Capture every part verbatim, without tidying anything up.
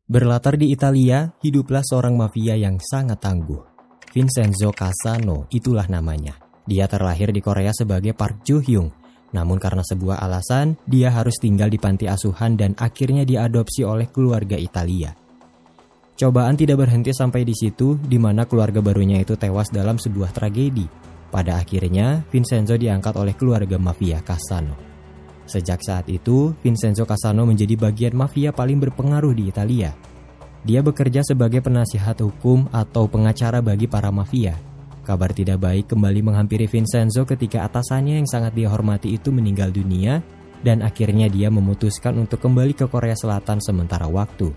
Berlatar di Italia, hiduplah seorang mafia yang sangat tangguh. Vincenzo Casano, itulah namanya. Dia terlahir di Korea sebagai Park Joo Hyung. Namun karena sebuah alasan, dia harus tinggal di panti asuhan dan akhirnya diadopsi oleh keluarga Italia. Cobaan tidak berhenti sampai di situ, di mana keluarga barunya itu tewas dalam sebuah tragedi. Pada akhirnya, Vincenzo diangkat oleh keluarga mafia Casano. Sejak saat itu, Vincenzo Casano menjadi bagian mafia paling berpengaruh di Italia. Dia bekerja sebagai penasihat hukum atau pengacara bagi para mafia. Kabar tidak baik kembali menghampiri Vincenzo ketika atasannya yang sangat dia hormati itu meninggal dunia, dan akhirnya dia memutuskan untuk kembali ke Korea Selatan sementara waktu.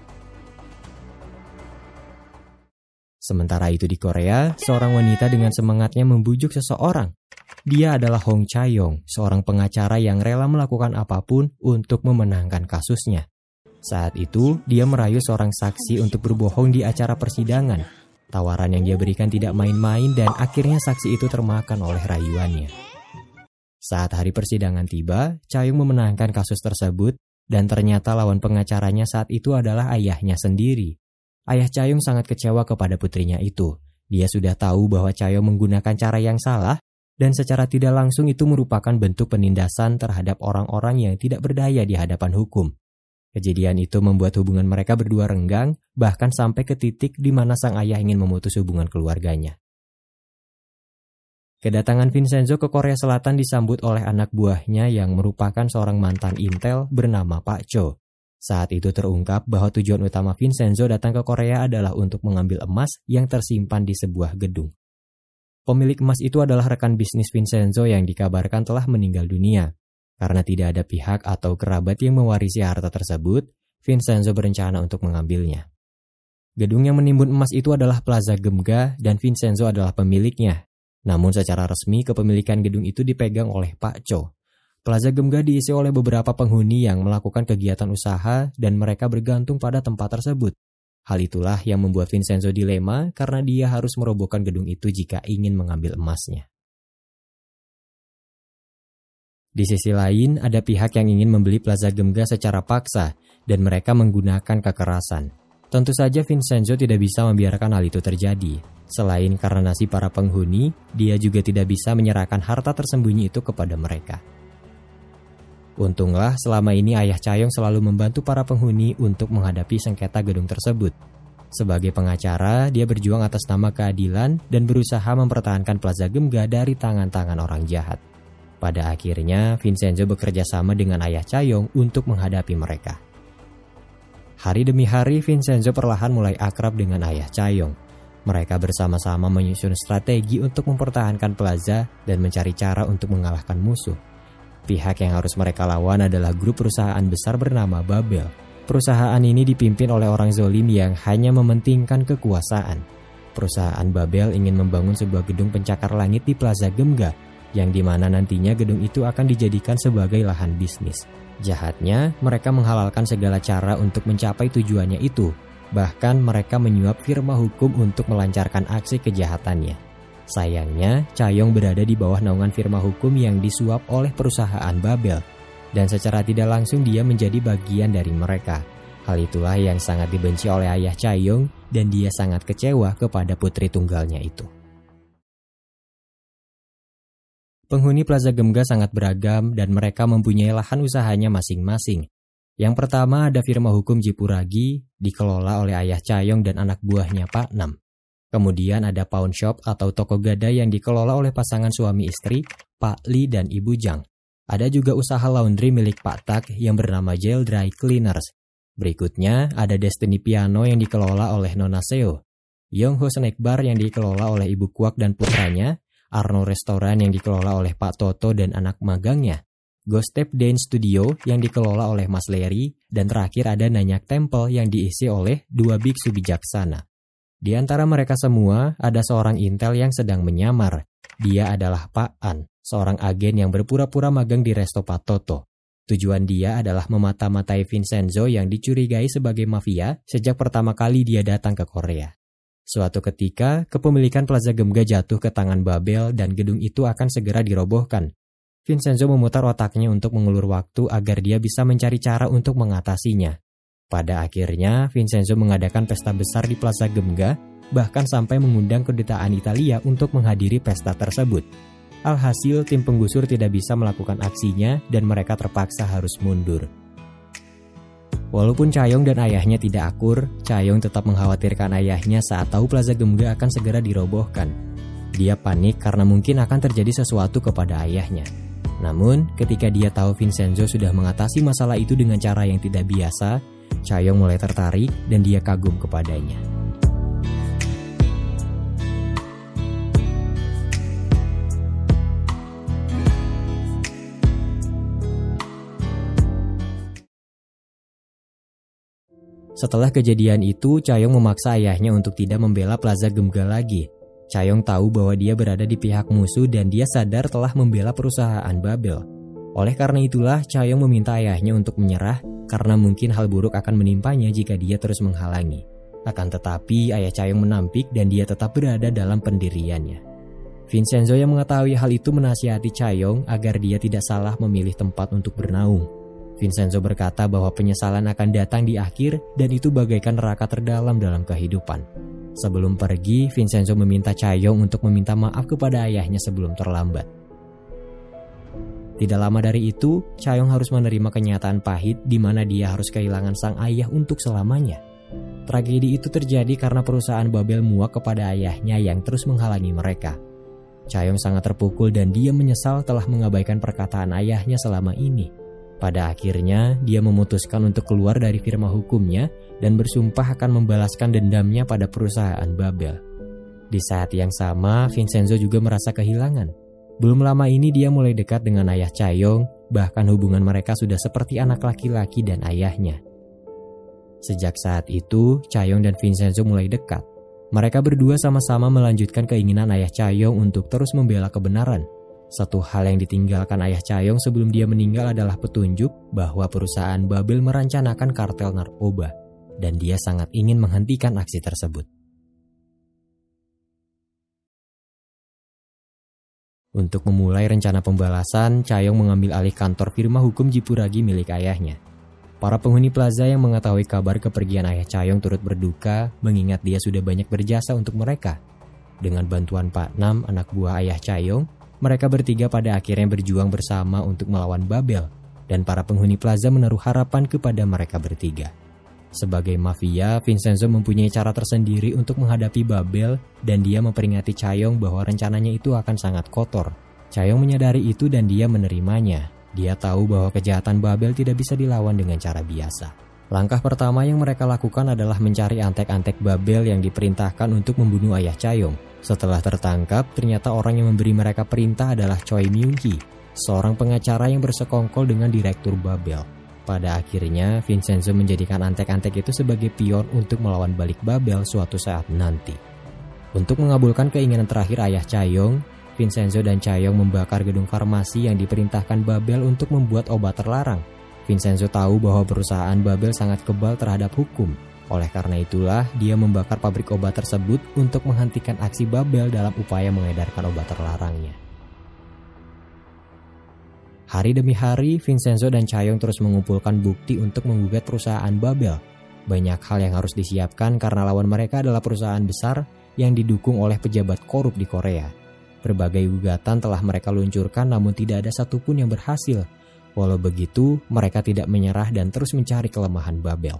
Sementara itu di Korea, seorang wanita dengan semangatnya membujuk seseorang. Dia adalah Hong Chae-yong, seorang pengacara yang rela melakukan apapun untuk memenangkan kasusnya. Saat itu, dia merayu seorang saksi untuk berbohong di acara persidangan. Tawaran yang dia berikan tidak main-main dan akhirnya saksi itu termakan oleh rayuannya. Saat hari persidangan tiba, Chae-yong memenangkan kasus tersebut dan ternyata lawan pengacaranya saat itu adalah ayahnya sendiri. Ayah Chae-yong sangat kecewa kepada putrinya itu. Dia sudah tahu bahwa Chae-yong menggunakan cara yang salah, dan secara tidak langsung itu merupakan bentuk penindasan terhadap orang-orang yang tidak berdaya di hadapan hukum. Kejadian itu membuat hubungan mereka berdua renggang, bahkan sampai ke titik di mana sang ayah ingin memutus hubungan keluarganya. Kedatangan Vincenzo ke Korea Selatan disambut oleh anak buahnya yang merupakan seorang mantan intel bernama Pak Cho. Saat itu terungkap bahwa tujuan utama Vincenzo datang ke Korea adalah untuk mengambil emas yang tersimpan di sebuah gedung. Pemilik emas itu adalah rekan bisnis Vincenzo yang dikabarkan telah meninggal dunia. Karena tidak ada pihak atau kerabat yang mewarisi harta tersebut, Vincenzo berencana untuk mengambilnya. Gedung yang menimbun emas itu adalah Plaza Gemga dan Vincenzo adalah pemiliknya. Namun secara resmi kepemilikan gedung itu dipegang oleh Pak Cho. Plaza Gemga diisi oleh beberapa penghuni yang melakukan kegiatan usaha dan mereka bergantung pada tempat tersebut. Hal itulah yang membuat Vincenzo dilema karena dia harus merobohkan gedung itu jika ingin mengambil emasnya. Di sisi lain, ada pihak yang ingin membeli Plaza Gemga secara paksa dan mereka menggunakan kekerasan. Tentu saja Vincenzo tidak bisa membiarkan hal itu terjadi. Selain karena nasib para penghuni, dia juga tidak bisa menyerahkan harta tersembunyi itu kepada mereka. Untunglah selama ini ayah Chae-yong selalu membantu para penghuni untuk menghadapi sengketa gedung tersebut. Sebagai pengacara, dia berjuang atas nama keadilan dan berusaha mempertahankan Plaza Gemga dari tangan-tangan orang jahat. Pada akhirnya, Vincenzo bekerja sama dengan ayah Chae-yong untuk menghadapi mereka. Hari demi hari, Vincenzo perlahan mulai akrab dengan ayah Chae-yong. Mereka bersama-sama menyusun strategi untuk mempertahankan Plaza dan mencari cara untuk mengalahkan musuh. Pihak yang harus mereka lawan adalah grup perusahaan besar bernama Babel. Perusahaan ini dipimpin oleh orang zolim yang hanya mementingkan kekuasaan. Perusahaan Babel ingin membangun sebuah gedung pencakar langit di Plaza Gemga, yang dimana nantinya gedung itu akan dijadikan sebagai lahan bisnis. Jahatnya, mereka menghalalkan segala cara untuk mencapai tujuannya itu. Bahkan mereka menyuap firma hukum untuk melancarkan aksi kejahatannya. Sayangnya, Chae-yong berada di bawah naungan firma hukum yang disuap oleh perusahaan Babel, dan secara tidak langsung dia menjadi bagian dari mereka. Hal itulah yang sangat dibenci oleh ayah Chae-yong, dan dia sangat kecewa kepada putri tunggalnya itu. Penghuni Plaza Gemga sangat beragam dan mereka mempunyai lahan usahanya masing-masing. Yang pertama ada firma hukum Jipuragi, dikelola oleh ayah Chae-yong dan anak buahnya Pak Nam. Kemudian ada pawn shop atau toko gadai yang dikelola oleh pasangan suami istri, Pak Lee dan Ibu Jang. Ada juga usaha laundry milik Pak Tak yang bernama Jail Dry Cleaners. Berikutnya ada Destiny Piano yang dikelola oleh Nona Seo, Yongho Snack Bar yang dikelola oleh Ibu Kwak dan putranya, Arno Restoran yang dikelola oleh Pak Toto dan anak magangnya, Ghost Step Dance Studio yang dikelola oleh Mas Larry, dan terakhir ada Nanyak Temple yang diisi oleh dua biksu bijaksana. Di antara mereka semua, ada seorang intel yang sedang menyamar. Dia adalah Pak An, seorang agen yang berpura-pura magang di resto Pak Toto. Tujuan dia adalah memata-matai Vincenzo yang dicurigai sebagai mafia sejak pertama kali dia datang ke Korea. Suatu ketika, kepemilikan Plaza Gemga jatuh ke tangan Babel dan gedung itu akan segera dirobohkan. Vincenzo memutar otaknya untuk mengulur waktu agar dia bisa mencari cara untuk mengatasinya. Pada akhirnya, Vincenzo mengadakan pesta besar di Plaza Gemga, bahkan sampai mengundang kedutaan Italia untuk menghadiri pesta tersebut. Alhasil, tim penggusur tidak bisa melakukan aksinya dan mereka terpaksa harus mundur. Walaupun Chaeyong dan ayahnya tidak akur, Chaeyong tetap mengkhawatirkan ayahnya saat tahu Plaza Gemga akan segera dirobohkan. Dia panik karena mungkin akan terjadi sesuatu kepada ayahnya. Namun, ketika dia tahu Vincenzo sudah mengatasi masalah itu dengan cara yang tidak biasa, Chaeyong mulai tertarik dan dia kagum kepadanya. Setelah kejadian itu, Chaeyong memaksa ayahnya untuk tidak membela Plaza Gemga lagi. Chaeyong tahu bahwa dia berada di pihak musuh dan dia sadar telah membela perusahaan Babel. Oleh karena itulah, Chaeyong meminta ayahnya untuk menyerah karena mungkin hal buruk akan menimpanya jika dia terus menghalangi. Akan tetapi, ayah Chaeyong menampik dan dia tetap berada dalam pendiriannya. Vincenzo yang mengetahui hal itu menasihati Chaeyong agar dia tidak salah memilih tempat untuk bernaung. Vincenzo berkata bahwa penyesalan akan datang di akhir dan itu bagaikan neraka terdalam dalam kehidupan. Sebelum pergi, Vincenzo meminta Chaeyong untuk meminta maaf kepada ayahnya sebelum terlambat. Tidak lama dari itu, Chaeyong harus menerima kenyataan pahit di mana dia harus kehilangan sang ayah untuk selamanya. Tragedi itu terjadi karena perusahaan Babel muak kepada ayahnya yang terus menghalangi mereka. Chaeyong sangat terpukul dan dia menyesal telah mengabaikan perkataan ayahnya selama ini. Pada akhirnya, dia memutuskan untuk keluar dari firma hukumnya dan bersumpah akan membalaskan dendamnya pada perusahaan Babel. Di saat yang sama, Vincenzo juga merasa kehilangan. Belum lama ini dia mulai dekat dengan ayah Chaeyong, bahkan hubungan mereka sudah seperti anak laki-laki dan ayahnya. Sejak saat itu, Chaeyong dan Vincenzo mulai dekat. Mereka berdua sama-sama melanjutkan keinginan ayah Chaeyong untuk terus membela kebenaran. Satu hal yang ditinggalkan ayah Chaeyong sebelum dia meninggal adalah petunjuk bahwa perusahaan Babel merencanakan kartel narkoba, dan dia sangat ingin menghentikan aksi tersebut. Untuk memulai rencana pembalasan, Chaeyong mengambil alih kantor firma hukum Jipuragi milik ayahnya. Para penghuni plaza yang mengetahui kabar kepergian ayah Chaeyong turut berduka, mengingat dia sudah banyak berjasa untuk mereka. Dengan bantuan Pak Nam, anak buah ayah Chaeyong, mereka bertiga pada akhirnya berjuang bersama untuk melawan Babel, dan para penghuni plaza menaruh harapan kepada mereka bertiga. Sebagai mafia, Vincenzo mempunyai cara tersendiri untuk menghadapi Babel, dan dia memperingati Chaeyong bahwa rencananya itu akan sangat kotor. Chaeyong menyadari itu dan dia menerimanya. Dia tahu bahwa kejahatan Babel tidak bisa dilawan dengan cara biasa. Langkah pertama yang mereka lakukan adalah mencari antek-antek Babel yang diperintahkan untuk membunuh ayah Chaeyong. Setelah tertangkap, ternyata orang yang memberi mereka perintah adalah Choi Myung-hee, seorang pengacara yang bersekongkol dengan direktur Babel. Pada akhirnya, Vincenzo menjadikan antek-antek itu sebagai pion untuk melawan balik Babel suatu saat nanti. Untuk mengabulkan keinginan terakhir ayah Chaeyong, Vincenzo dan Chaeyong membakar gedung farmasi yang diperintahkan Babel untuk membuat obat terlarang. Vincenzo tahu bahwa perusahaan Babel sangat kebal terhadap hukum. Oleh karena itulah, dia membakar pabrik obat tersebut untuk menghentikan aksi Babel dalam upaya mengedarkan obat terlarangnya. Hari demi hari, Vincenzo dan Chaeyong terus mengumpulkan bukti untuk menggugat perusahaan Babel. Banyak hal yang harus disiapkan karena lawan mereka adalah perusahaan besar yang didukung oleh pejabat korup di Korea. Berbagai gugatan telah mereka luncurkan namun tidak ada satupun yang berhasil. Walau begitu, mereka tidak menyerah dan terus mencari kelemahan Babel.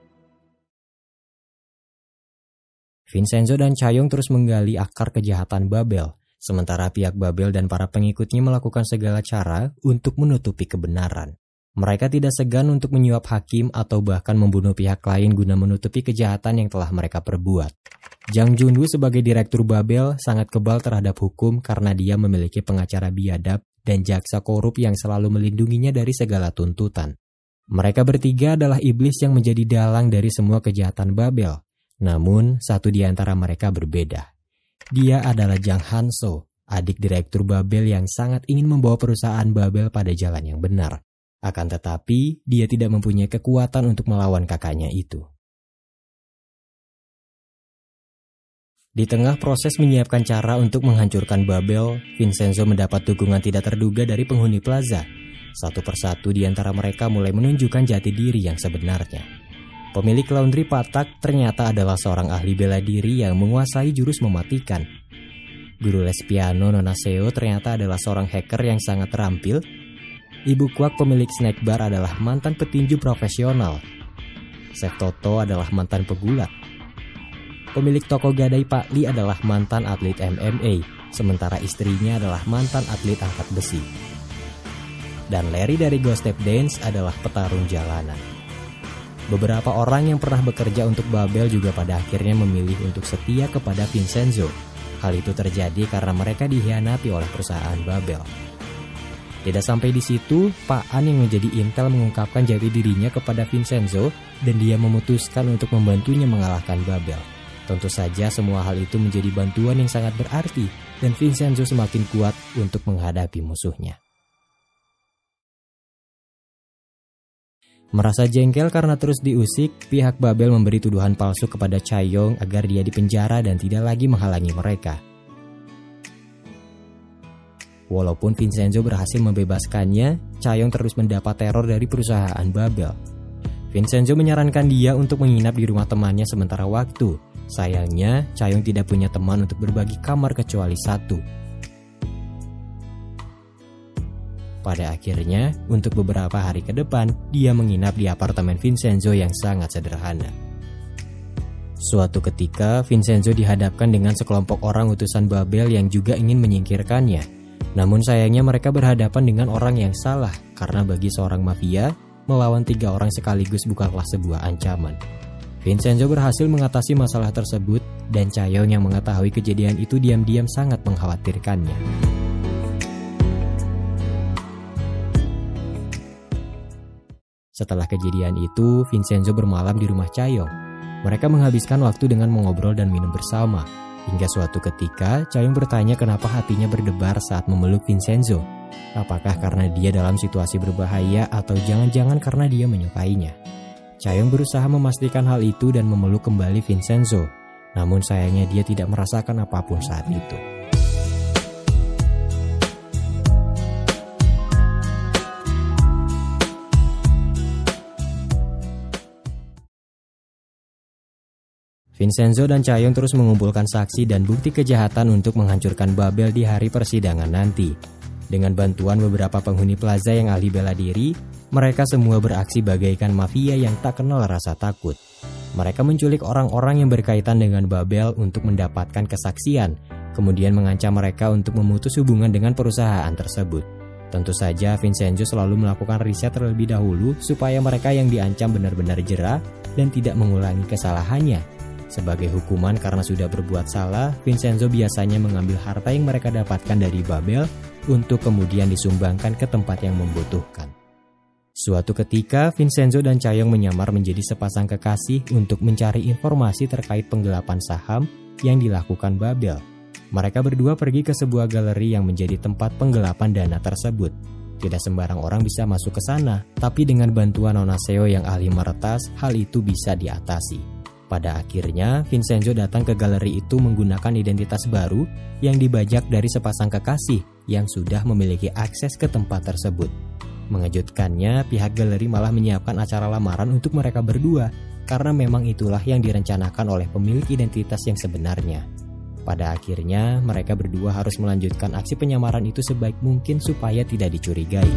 Vincenzo dan Chaeyong terus menggali akar kejahatan Babel, sementara pihak Babel dan para pengikutnya melakukan segala cara untuk menutupi kebenaran. Mereka tidak segan untuk menyuap hakim atau bahkan membunuh pihak lain guna menutupi kejahatan yang telah mereka perbuat. Jang Junwoo sebagai direktur Babel sangat kebal terhadap hukum karena dia memiliki pengacara biadab dan jaksa korup yang selalu melindunginya dari segala tuntutan. Mereka bertiga adalah iblis yang menjadi dalang dari semua kejahatan Babel. Namun, satu di antara mereka berbeda. Dia adalah Jang Han-so, adik direktur Babel yang sangat ingin membawa perusahaan Babel pada jalan yang benar. Akan tetapi, dia tidak mempunyai kekuatan untuk melawan kakaknya itu. Di tengah proses menyiapkan cara untuk menghancurkan Babel, Vincenzo mendapat dukungan tidak terduga dari penghuni plaza. Satu persatu di antara mereka mulai menunjukkan jati diri yang sebenarnya. Pemilik laundry Patak ternyata adalah seorang ahli bela diri yang menguasai jurus mematikan. Guru les piano Nona Seo ternyata adalah seorang hacker yang sangat terampil. Ibu Kwak pemilik snack bar adalah mantan petinju profesional. Chef Toto adalah mantan pegulat. Pemilik toko gadai Pak Li adalah mantan atlet M M A, sementara istrinya adalah mantan atlet angkat besi. Dan Larry dari Ghost Step Dance adalah petarung jalanan. Beberapa orang yang pernah bekerja untuk Babel juga pada akhirnya memilih untuk setia kepada Vincenzo. Hal itu terjadi karena mereka dikhianati oleh perusahaan Babel. Tidak sampai di situ, Pak An yang menjadi intel mengungkapkan jati dirinya kepada Vincenzo dan dia memutuskan untuk membantunya mengalahkan Babel. Tentu saja semua hal itu menjadi bantuan yang sangat berarti dan Vincenzo semakin kuat untuk menghadapi musuhnya. Merasa jengkel karena terus diusik, pihak Babel memberi tuduhan palsu kepada Chaeyoung agar dia dipenjara dan tidak lagi menghalangi mereka. Walaupun Vincenzo berhasil membebaskannya, Chaeyoung terus mendapat teror dari perusahaan Babel. Vincenzo menyarankan dia untuk menginap di rumah temannya sementara waktu. Sayangnya, Chaeyoung tidak punya teman untuk berbagi kamar kecuali satu. Pada akhirnya, untuk beberapa hari ke depan, dia menginap di apartemen Vincenzo yang sangat sederhana. Suatu ketika, Vincenzo dihadapkan dengan sekelompok orang utusan Babel yang juga ingin menyingkirkannya. Namun sayangnya mereka berhadapan dengan orang yang salah, karena bagi seorang mafia, melawan tiga orang sekaligus bukanlah sebuah ancaman. Vincenzo berhasil mengatasi masalah tersebut, dan Chaeyoung yang mengetahui kejadian itu diam-diam sangat mengkhawatirkannya. Setelah kejadian itu, Vincenzo bermalam di rumah Chaeyoung. Mereka menghabiskan waktu dengan mengobrol dan minum bersama. Hingga suatu ketika, Chaeyoung bertanya kenapa hatinya berdebar saat memeluk Vincenzo. Apakah karena dia dalam situasi berbahaya atau jangan-jangan karena dia menyukainya? Chaeyoung berusaha memastikan hal itu dan memeluk kembali Vincenzo. Namun sayangnya dia tidak merasakan apapun saat itu. Vincenzo dan Chaeyoung terus mengumpulkan saksi dan bukti kejahatan untuk menghancurkan Babel di hari persidangan nanti. Dengan bantuan beberapa penghuni plaza yang ahli bela diri, mereka semua beraksi bagaikan mafia yang tak kenal rasa takut. Mereka menculik orang-orang yang berkaitan dengan Babel untuk mendapatkan kesaksian, kemudian mengancam mereka untuk memutus hubungan dengan perusahaan tersebut. Tentu saja Vincenzo selalu melakukan riset terlebih dahulu supaya mereka yang diancam benar-benar jera dan tidak mengulangi kesalahannya. Sebagai hukuman karena sudah berbuat salah, Vincenzo biasanya mengambil harta yang mereka dapatkan dari Babel untuk kemudian disumbangkan ke tempat yang membutuhkan. Suatu ketika, Vincenzo dan Chaeyoung menyamar menjadi sepasang kekasih untuk mencari informasi terkait penggelapan saham yang dilakukan Babel. Mereka berdua pergi ke sebuah galeri yang menjadi tempat penggelapan dana tersebut. Tidak sembarang orang bisa masuk ke sana, tapi dengan bantuan Nona Seo yang ahli meretas, hal itu bisa diatasi. Pada akhirnya, Vincenzo datang ke galeri itu menggunakan identitas baru yang dibajak dari sepasang kekasih yang sudah memiliki akses ke tempat tersebut. Mengejutkannya, pihak galeri malah menyiapkan acara lamaran untuk mereka berdua, karena memang itulah yang direncanakan oleh pemilik identitas yang sebenarnya. Pada akhirnya, mereka berdua harus melanjutkan aksi penyamaran itu sebaik mungkin supaya tidak dicurigai.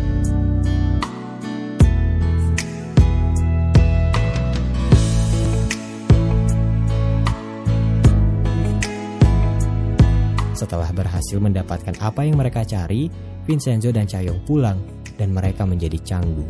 Setelah berhasil mendapatkan apa yang mereka cari, Vincenzo dan Chaeyoung pulang dan mereka menjadi canggung.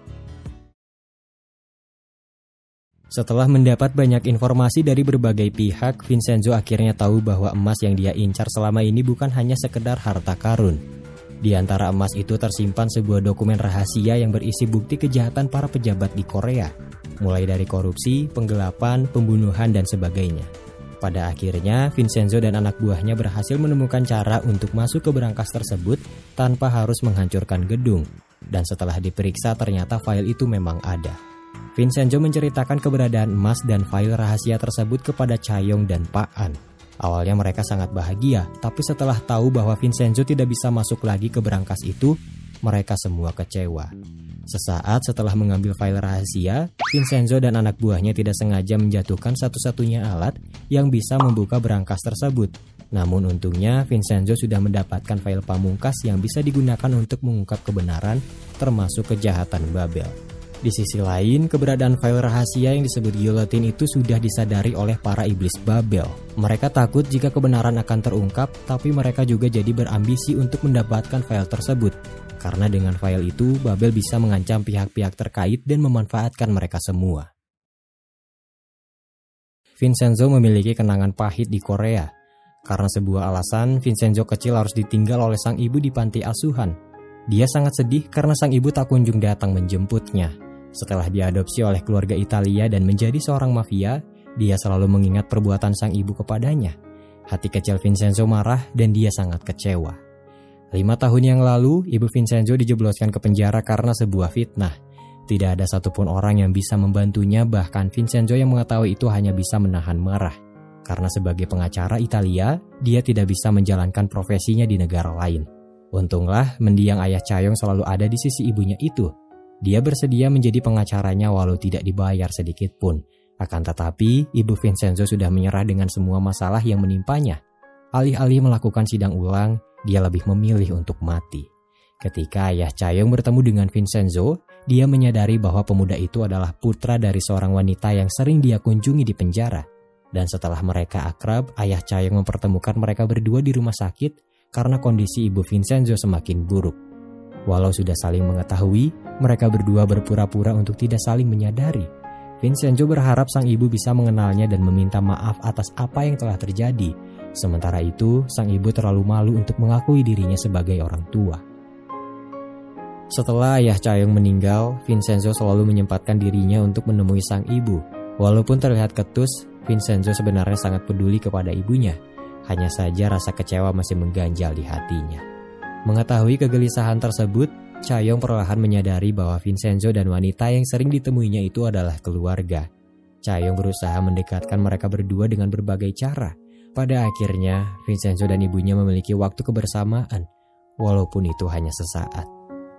Setelah mendapat banyak informasi dari berbagai pihak, Vincenzo akhirnya tahu bahwa emas yang dia incar selama ini bukan hanya sekedar harta karun. Di antara emas itu tersimpan sebuah dokumen rahasia yang berisi bukti kejahatan para pejabat di Korea, mulai dari korupsi, penggelapan, pembunuhan, dan sebagainya. Pada akhirnya, Vincenzo dan anak buahnya berhasil menemukan cara untuk masuk ke berangkas tersebut tanpa harus menghancurkan gedung. Dan setelah diperiksa ternyata file itu memang ada. Vincenzo menceritakan keberadaan emas dan file rahasia tersebut kepada Chaeyoung dan Pak An. Awalnya mereka sangat bahagia, tapi setelah tahu bahwa Vincenzo tidak bisa masuk lagi ke berangkas itu, mereka semua kecewa. Sesaat setelah mengambil file rahasia, Vincenzo dan anak buahnya tidak sengaja menjatuhkan satu-satunya alat yang bisa membuka berangkas tersebut. Namun untungnya Vincenzo sudah mendapatkan file pamungkas yang bisa digunakan untuk mengungkap kebenaran termasuk kejahatan Babel. Di sisi lain, keberadaan file rahasia yang disebut Guillotine itu sudah disadari oleh para iblis Babel. Mereka takut jika kebenaran akan terungkap, tapi mereka juga jadi berambisi untuk mendapatkan file tersebut. Karena dengan file itu, Babel bisa mengancam pihak-pihak terkait dan memanfaatkan mereka semua. Vincenzo memiliki kenangan pahit di Korea. Karena sebuah alasan, Vincenzo kecil harus ditinggal oleh sang ibu di panti asuhan. Dia sangat sedih karena sang ibu tak kunjung datang menjemputnya. Setelah diadopsi oleh keluarga Italia dan menjadi seorang mafia, dia selalu mengingat perbuatan sang ibu kepadanya. Hati kecil Vincenzo marah dan dia sangat kecewa. Lima tahun yang lalu, ibu Vincenzo dijebloskan ke penjara karena sebuah fitnah. Tidak ada satupun orang yang bisa membantunya, bahkan Vincenzo yang mengetahui itu hanya bisa menahan marah. Karena sebagai pengacara Italia, dia tidak bisa menjalankan profesinya di negara lain. Untunglah, mendiang ayah Chayong selalu ada di sisi ibunya itu. Dia bersedia menjadi pengacaranya walau tidak dibayar sedikit pun. Akan tetapi, ibu Vincenzo sudah menyerah dengan semua masalah yang menimpanya. Alih-alih melakukan sidang ulang, dia lebih memilih untuk mati. Ketika ayah Chayong bertemu dengan Vincenzo, dia menyadari bahwa pemuda itu adalah putra dari seorang wanita yang sering dia kunjungi di penjara. Dan setelah mereka akrab, ayah Chayong mempertemukan mereka berdua di rumah sakit karena kondisi ibu Vincenzo semakin buruk. Walau sudah saling mengetahui, mereka berdua berpura-pura untuk tidak saling menyadari. Vincenzo berharap sang ibu bisa mengenalnya dan meminta maaf atas apa yang telah terjadi. Sementara itu, sang ibu terlalu malu untuk mengakui dirinya sebagai orang tua. Setelah ayah Chayong meninggal, Vincenzo selalu menyempatkan dirinya untuk menemui sang ibu. Walaupun terlihat ketus, Vincenzo sebenarnya sangat peduli kepada ibunya. Hanya saja rasa kecewa masih mengganjal di hatinya. Mengetahui kegelisahan tersebut, Chayong perlahan menyadari bahwa Vincenzo dan wanita yang sering ditemuinya itu adalah keluarga. Chayong berusaha mendekatkan mereka berdua dengan berbagai cara. Pada akhirnya, Vincenzo dan ibunya memiliki waktu kebersamaan, walaupun itu hanya sesaat.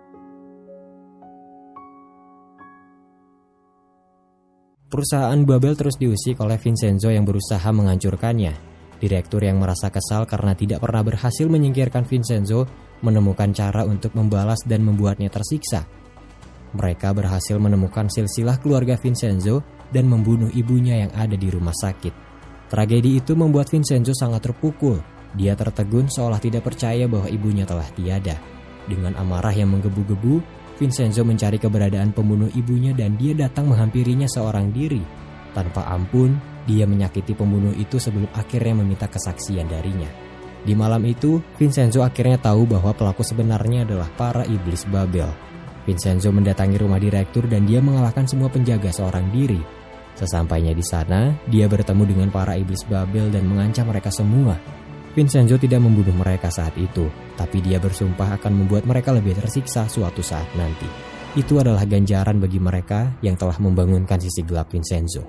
Perusahaan Babel terus diusik oleh Vincenzo yang berusaha menghancurkannya. Direktur yang merasa kesal karena tidak pernah berhasil menyingkirkan Vincenzo menemukan cara untuk membalas dan membuatnya tersiksa. Mereka berhasil menemukan silsilah keluarga Vincenzo dan membunuh ibunya yang ada di rumah sakit. Tragedi itu membuat Vincenzo sangat terpukul. Dia tertegun seolah tidak percaya bahwa ibunya telah tiada. Dengan amarah yang menggebu-gebu, Vincenzo mencari keberadaan pembunuh ibunya dan dia datang menghampirinya seorang diri. Tanpa ampun, dia menyakiti pembunuh itu sebelum akhirnya meminta kesaksian darinya. Di malam itu, Vincenzo akhirnya tahu bahwa pelaku sebenarnya adalah para iblis Babel. Vincenzo mendatangi rumah direktur dan dia mengalahkan semua penjaga seorang diri. Sesampainya di sana, dia bertemu dengan para iblis Babel dan mengancam mereka semua. Vincenzo tidak membunuh mereka saat itu, tapi dia bersumpah akan membuat mereka lebih tersiksa suatu saat nanti. Itu adalah ganjaran bagi mereka yang telah membangunkan sisi gelap Vincenzo.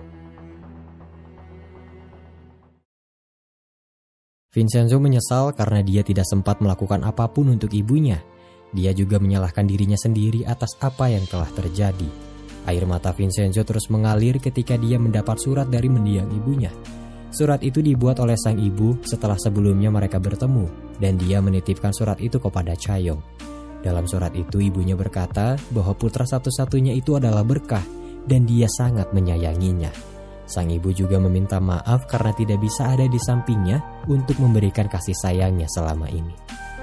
Vincenzo menyesal karena dia tidak sempat melakukan apapun untuk ibunya. Dia juga menyalahkan dirinya sendiri atas apa yang telah terjadi. Air mata Vincenzo terus mengalir ketika dia mendapat surat dari mendiang ibunya. Surat itu dibuat oleh sang ibu setelah sebelumnya mereka bertemu, dan dia menitipkan surat itu kepada Chayong. Dalam surat itu ibunya berkata bahwa putra satu-satunya itu adalah berkah, dan dia sangat menyayanginya. Sang ibu juga meminta maaf karena tidak bisa ada di sampingnya untuk memberikan kasih sayangnya selama ini.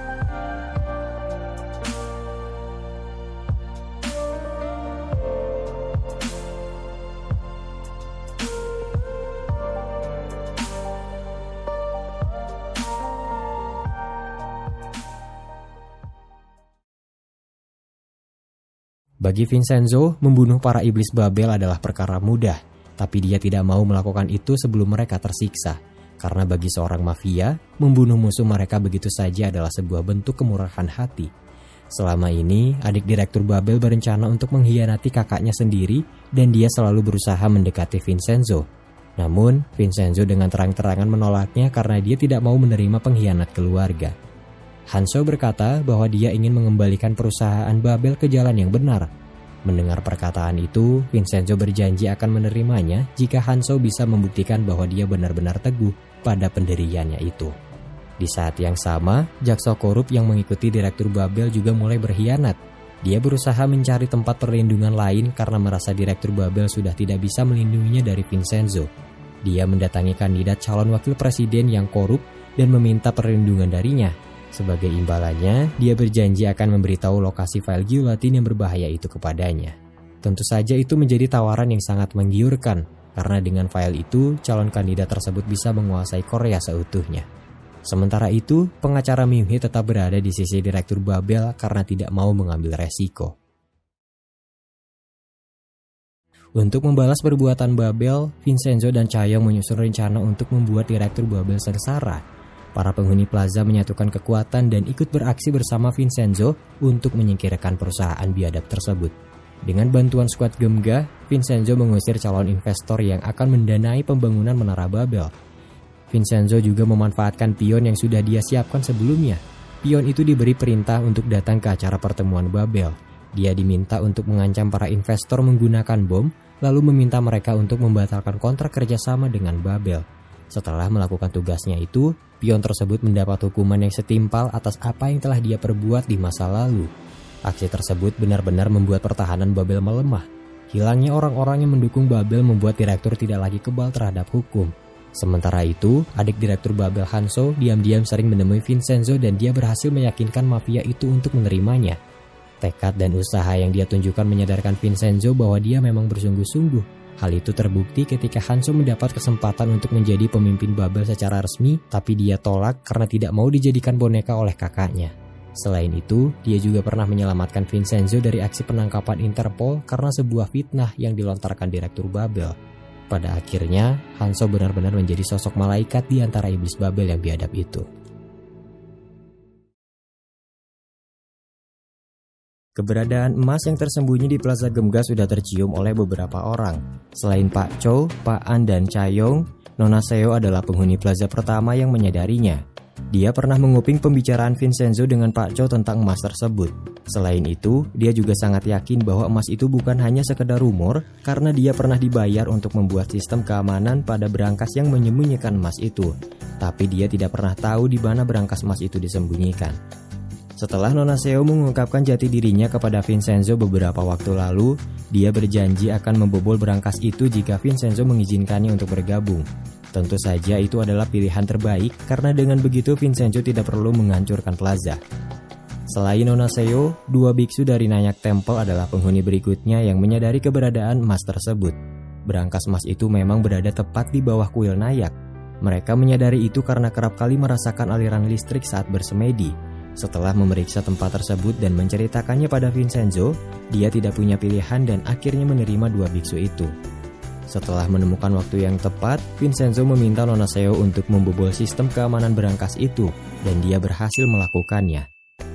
Bagi Vincenzo, membunuh para iblis Babel adalah perkara mudah, tapi dia tidak mau melakukan itu sebelum mereka tersiksa. Karena bagi seorang mafia, membunuh musuh mereka begitu saja adalah sebuah bentuk kemurahan hati. Selama ini, adik direktur Babel berencana untuk mengkhianati kakaknya sendiri dan dia selalu berusaha mendekati Vincenzo. Namun, Vincenzo dengan terang-terangan menolaknya karena dia tidak mau menerima pengkhianat keluarga. Hanso berkata bahwa dia ingin mengembalikan perusahaan Babel ke jalan yang benar. Mendengar perkataan itu, Vincenzo berjanji akan menerimanya jika Hanso bisa membuktikan bahwa dia benar-benar teguh pada pendiriannya itu. Di saat yang sama, jaksa korup yang mengikuti direktur Babel juga mulai berkhianat. Dia berusaha mencari tempat perlindungan lain karena merasa direktur Babel sudah tidak bisa melindunginya dari Vincenzo. Dia mendatangi kandidat calon wakil presiden yang korup dan meminta perlindungan darinya. Sebagai imbalannya, dia berjanji akan memberitahu lokasi file giulitin yang berbahaya itu kepadanya. Tentu saja itu menjadi tawaran yang sangat menggiurkan, karena dengan file itu, calon kandidat tersebut bisa menguasai Korea seutuhnya. Sementara itu, pengacara Myung-hee tetap berada di sisi direktur Babel karena tidak mau mengambil resiko. Untuk membalas perbuatan Babel, Vincenzo dan Chae-yong menyusun rencana untuk membuat direktur Babel sengsara. Para penghuni plaza menyatukan kekuatan dan ikut beraksi bersama Vincenzo untuk menyingkirkan perusahaan biadab tersebut. Dengan bantuan skuad Gemga, Vincenzo mengusir calon investor yang akan mendanai pembangunan Menara Babel. Vincenzo juga memanfaatkan pion yang sudah dia siapkan sebelumnya. Pion itu diberi perintah untuk datang ke acara pertemuan Babel. Dia diminta untuk mengancam para investor menggunakan bom, lalu meminta mereka untuk membatalkan kontrak kerjasama dengan Babel. Setelah melakukan tugasnya itu, pion tersebut mendapat hukuman yang setimpal atas apa yang telah dia perbuat di masa lalu. Aksi tersebut benar-benar membuat pertahanan Babel melemah. Hilangnya orang-orang yang mendukung Babel membuat direktur tidak lagi kebal terhadap hukum. Sementara itu, adik direktur Babel Hanso diam-diam sering menemui Vincenzo dan dia berhasil meyakinkan mafia itu untuk menerimanya. Tekad dan usaha yang dia tunjukkan menyadarkan Vincenzo bahwa dia memang bersungguh-sungguh. Hal itu terbukti ketika Hanso mendapat kesempatan untuk menjadi pemimpin Babel secara resmi, tapi dia tolak karena tidak mau dijadikan boneka oleh kakaknya. Selain itu, dia juga pernah menyelamatkan Vincenzo dari aksi penangkapan Interpol karena sebuah fitnah yang dilontarkan direktur Babel. Pada akhirnya, Hanso benar-benar menjadi sosok malaikat di antara iblis Babel yang biadab itu. Keberadaan emas yang tersembunyi di Plaza Gemga sudah tercium oleh beberapa orang. Selain Pak Cho, Pak An, dan Chae-yong, Nona Seo adalah penghuni plaza pertama yang menyadarinya. Dia pernah menguping pembicaraan Vincenzo dengan Pak Cho tentang emas tersebut. Selain itu, dia juga sangat yakin bahwa emas itu bukan hanya sekedar rumor karena dia pernah dibayar untuk membuat sistem keamanan pada berangkas yang menyembunyikan emas itu. Tapi dia tidak pernah tahu di mana berangkas emas itu disembunyikan. Setelah Nona Seo mengungkapkan jati dirinya kepada Vincenzo beberapa waktu lalu, dia berjanji akan membobol berangkas itu jika Vincenzo mengizinkannya untuk bergabung. Tentu saja itu adalah pilihan terbaik karena dengan begitu Vincenzo tidak perlu menghancurkan plaza. Selain Nona Seo, dua biksu dari Nyack Temple adalah penghuni berikutnya yang menyadari keberadaan emas tersebut. Berangkas emas itu memang berada tepat di bawah kuil Nyack. Mereka menyadari itu karena kerap kali merasakan aliran listrik saat bersemedi. Setelah memeriksa tempat tersebut dan menceritakannya pada Vincenzo, dia tidak punya pilihan dan akhirnya menerima dua biksu itu. Setelah menemukan waktu yang tepat, Vincenzo meminta Nona Seo untuk membobol sistem keamanan berangkas itu, dan dia berhasil melakukannya.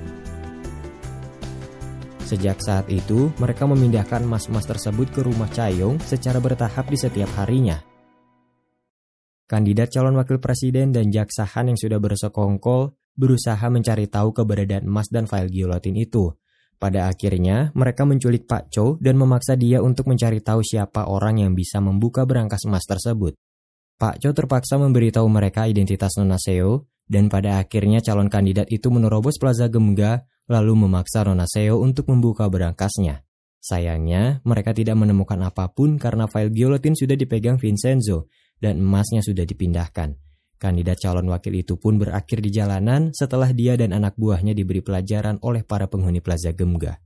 Sejak saat itu, mereka memindahkan emas-emas tersebut ke rumah Chae-yong secara bertahap di setiap harinya. Kandidat calon wakil presiden dan jaksa Han yang sudah bersekongkol berusaha mencari tahu keberadaan emas dan file giulitin itu. Pada akhirnya, mereka menculik Pak Cho dan memaksa dia untuk mencari tahu siapa orang yang bisa membuka berangkas emas tersebut. Pak Cho terpaksa memberitahu mereka identitas Nona Seo, dan pada akhirnya calon kandidat itu menerobos Plaza Gemga, lalu memaksa Nona Seo untuk membuka berangkasnya. Sayangnya, mereka tidak menemukan apapun karena file giulitin sudah dipegang Vincenzo, dan emasnya sudah dipindahkan. Kandidat calon wakil itu pun berakhir di jalanan setelah dia dan anak buahnya diberi pelajaran oleh para penghuni Plaza Gemga.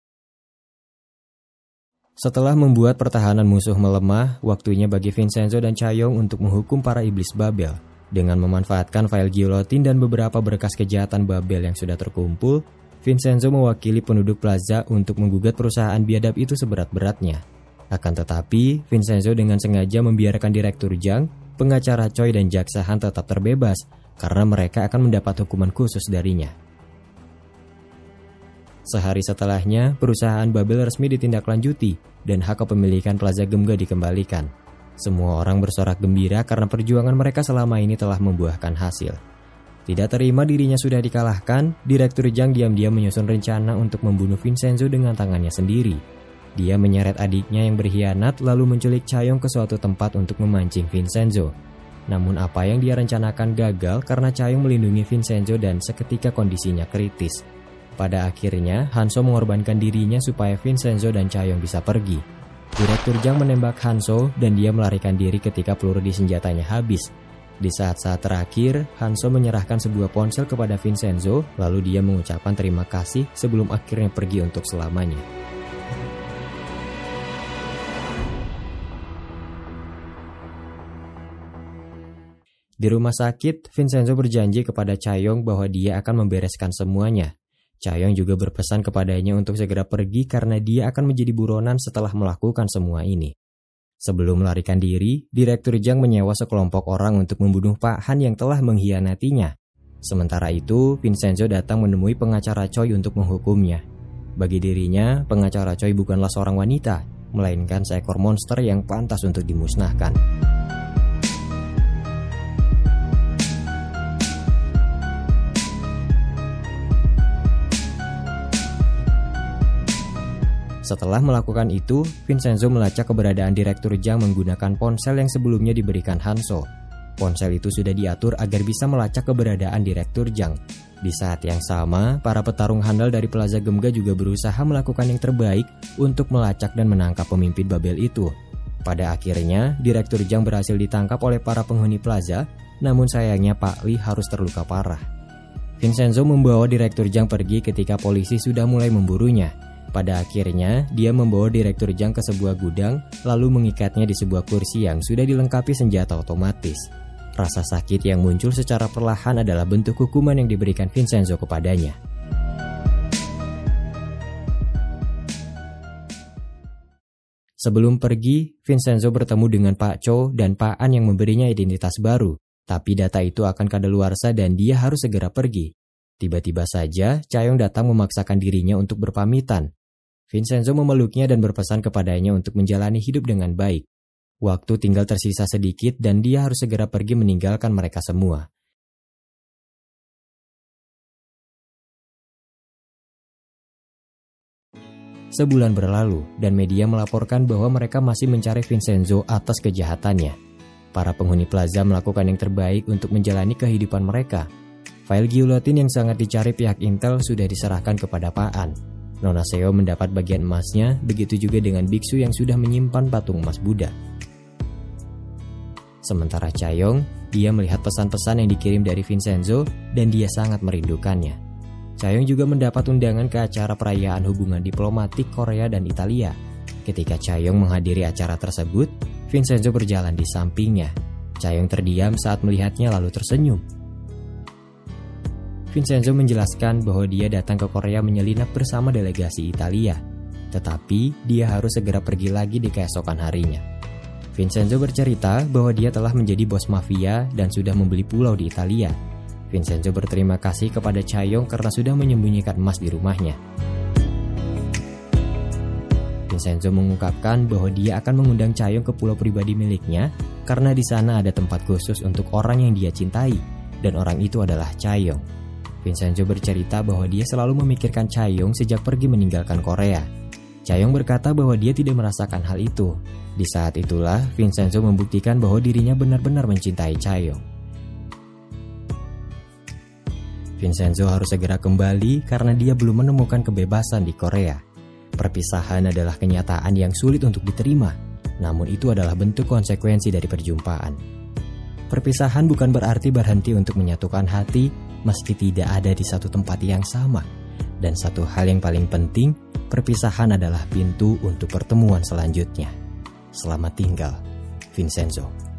Setelah membuat pertahanan musuh melemah, waktunya bagi Vincenzo dan Chae-yong untuk menghukum para iblis Babel. Dengan memanfaatkan file giulitin dan beberapa berkas kejahatan Babel yang sudah terkumpul, Vincenzo mewakili penduduk Plaza untuk menggugat perusahaan biadab itu seberat-beratnya. Akan tetapi, Vincenzo dengan sengaja membiarkan Direktur Jang, pengacara Choi dan jaksa Han tetap terbebas karena mereka akan mendapat hukuman khusus darinya. Sehari setelahnya, perusahaan Babel resmi ditindaklanjuti dan hak kepemilikan Plaza Gemga dikembalikan. Semua orang bersorak gembira karena perjuangan mereka selama ini telah membuahkan hasil. Tidak terima dirinya sudah dikalahkan, Direktur Zhang diam-diam menyusun rencana untuk membunuh Vincenzo dengan tangannya sendiri. Dia menyeret adiknya yang berkhianat lalu menculik Chaeyoung ke suatu tempat untuk memancing Vincenzo. Namun apa yang dia rencanakan gagal karena Chaeyoung melindungi Vincenzo dan seketika kondisinya kritis. Pada akhirnya, Hanso mengorbankan dirinya supaya Vincenzo dan Chaeyoung bisa pergi. Direktur Zhang menembak Hanso dan dia melarikan diri ketika peluru di senjatanya habis. Di saat-saat terakhir, Hanso menyerahkan sebuah ponsel kepada Vincenzo, lalu dia mengucapkan terima kasih sebelum akhirnya pergi untuk selamanya. Di rumah sakit, Vincenzo berjanji kepada Chaeyoung bahwa dia akan membereskan semuanya. Chaeyoung juga berpesan kepadanya untuk segera pergi karena dia akan menjadi buronan setelah melakukan semua ini. Sebelum melarikan diri, Direktur Zhang menyewa sekelompok orang untuk membunuh Pak Han yang telah mengkhianatinya. Sementara itu, Vincenzo datang menemui pengacara Choi untuk menghukumnya. Bagi dirinya, pengacara Choi bukanlah seorang wanita, melainkan seekor monster yang pantas untuk dimusnahkan. Setelah melakukan itu, Vincenzo melacak keberadaan Direktur Zhang menggunakan ponsel yang sebelumnya diberikan Hanso. Ponsel itu sudah diatur agar bisa melacak keberadaan Direktur Zhang. Di saat yang sama, para petarung handal dari Plaza Gemga juga berusaha melakukan yang terbaik untuk melacak dan menangkap pemimpin Babel itu. Pada akhirnya, Direktur Zhang berhasil ditangkap oleh para penghuni Plaza, namun sayangnya Pak Li harus terluka parah. Vincenzo membawa Direktur Zhang pergi ketika polisi sudah mulai memburunya. Pada akhirnya, dia membawa Direktur Zhang ke sebuah gudang, lalu mengikatnya di sebuah kursi yang sudah dilengkapi senjata otomatis. Rasa sakit yang muncul secara perlahan adalah bentuk hukuman yang diberikan Vincenzo kepadanya. Sebelum pergi, Vincenzo bertemu dengan Pak Cho dan Pak An yang memberinya identitas baru, tapi data itu akan kadaluarsa dan dia harus segera pergi. Tiba-tiba saja, Chaeyoung datang memaksakan dirinya untuk berpamitan. Vincenzo memeluknya dan berpesan kepadanya untuk menjalani hidup dengan baik. Waktu tinggal tersisa sedikit dan dia harus segera pergi meninggalkan mereka semua. Sebulan berlalu dan media melaporkan bahwa mereka masih mencari Vincenzo atas kejahatannya. Para penghuni Plaza melakukan yang terbaik untuk menjalani kehidupan mereka. File giulotin yang sangat dicari pihak Intel sudah diserahkan kepada Pak An. Nona Seo mendapat bagian emasnya, begitu juga dengan biksu yang sudah menyimpan patung emas Buddha. Sementara Chaeyoung, dia melihat pesan-pesan yang dikirim dari Vincenzo dan dia sangat merindukannya. Chaeyoung juga mendapat undangan ke acara perayaan hubungan diplomatik Korea dan Italia. Ketika Chaeyoung menghadiri acara tersebut, Vincenzo berjalan di sampingnya. Chaeyoung terdiam saat melihatnya lalu tersenyum. Vincenzo menjelaskan bahwa dia datang ke Korea menyelinap bersama delegasi Italia, tetapi dia harus segera pergi lagi di keesokan harinya. Vincenzo bercerita bahwa dia telah menjadi bos mafia dan sudah membeli pulau di Italia. Vincenzo berterima kasih kepada Chaeyoung karena sudah menyembunyikan emas di rumahnya. Vincenzo mengungkapkan bahwa dia akan mengundang Chaeyoung ke pulau pribadi miliknya karena di sana ada tempat khusus untuk orang yang dia cintai, dan orang itu adalah Chaeyoung. Vincenzo bercerita bahwa dia selalu memikirkan Chaeyoung sejak pergi meninggalkan Korea. Chaeyoung berkata bahwa dia tidak merasakan hal itu. Di saat itulah, Vincenzo membuktikan bahwa dirinya benar-benar mencintai Chaeyoung. Vincenzo harus segera kembali karena dia belum menemukan kebebasan di Korea. Perpisahan adalah kenyataan yang sulit untuk diterima, namun itu adalah bentuk konsekuensi dari perjumpaan. Perpisahan bukan berarti berhenti untuk menyatukan hati, meski tidak ada di satu tempat yang sama. Dan satu hal yang paling penting, perpisahan adalah pintu untuk pertemuan selanjutnya. Selamat tinggal, Vincenzo.